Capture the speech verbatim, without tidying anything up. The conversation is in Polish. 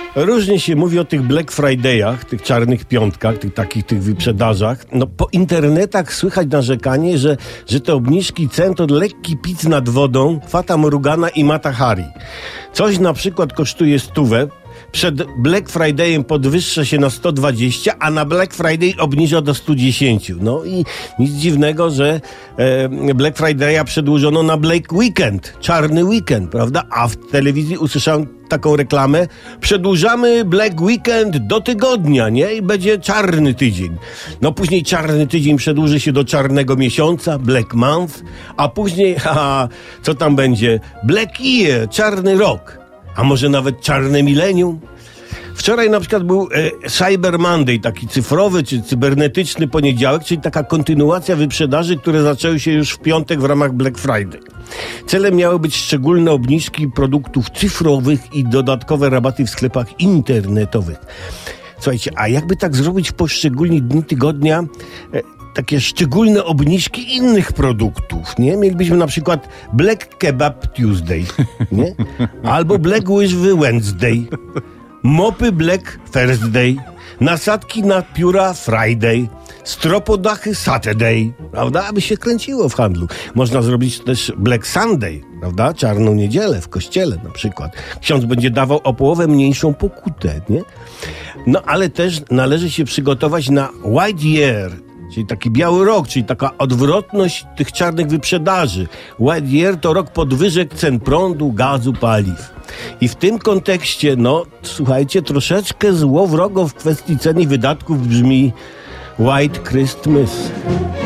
Różnie się mówi o tych Black Friday'ach, tych czarnych piątkach, tych takich tych wyprzedażach. No po internetach słychać narzekanie, że, że te obniżki cen to lekki pic nad wodą Fata Morgana i Mata Hari. Coś na przykład kosztuje stówę, przed Black Friday'em podwyższa się na sto dwadzieścia, a na Black Friday obniża do stu dziesięciu. No i nic dziwnego, że e, Black Friday'a przedłużono na Black Weekend, czarny weekend, prawda? A w telewizji usłyszałem taką reklamę: przedłużamy Black Weekend do tygodnia, nie? I będzie czarny tydzień. No później czarny tydzień przedłuży się do czarnego miesiąca, Black Month, a później, haha, co tam będzie? Black Year, czarny rok. A może nawet czarne milenium? Wczoraj na przykład był e, Cyber Monday, taki cyfrowy czy cybernetyczny poniedziałek, czyli taka kontynuacja wyprzedaży, które zaczęły się już w piątek w ramach Black Friday. Celem miały być szczególne obniżki produktów cyfrowych i dodatkowe rabaty w sklepach internetowych. Słuchajcie, a jakby tak zrobić w poszczególnych dni tygodnia e, takie szczególne obniżki innych produktów, nie? Mielibyśmy na przykład Black Kebab Tuesday, nie? Albo Black Wish Wednesday, mopy Black Thursday, nasadki na pióra Friday, stropodachy Saturday, prawda? Aby się kręciło w handlu. Można zrobić też Black Sunday, prawda? Czarną niedzielę w kościele na przykład. Ksiądz będzie dawał o połowę mniejszą pokutę, nie? No ale też należy się przygotować na White Year, czyli taki biały rok, czyli taka odwrotność tych czarnych wyprzedaży. White Year to rok podwyżek cen prądu, gazu, paliw. I w tym kontekście, no, słuchajcie, troszeczkę złowrogo w kwestii cen i wydatków brzmi White Christmas.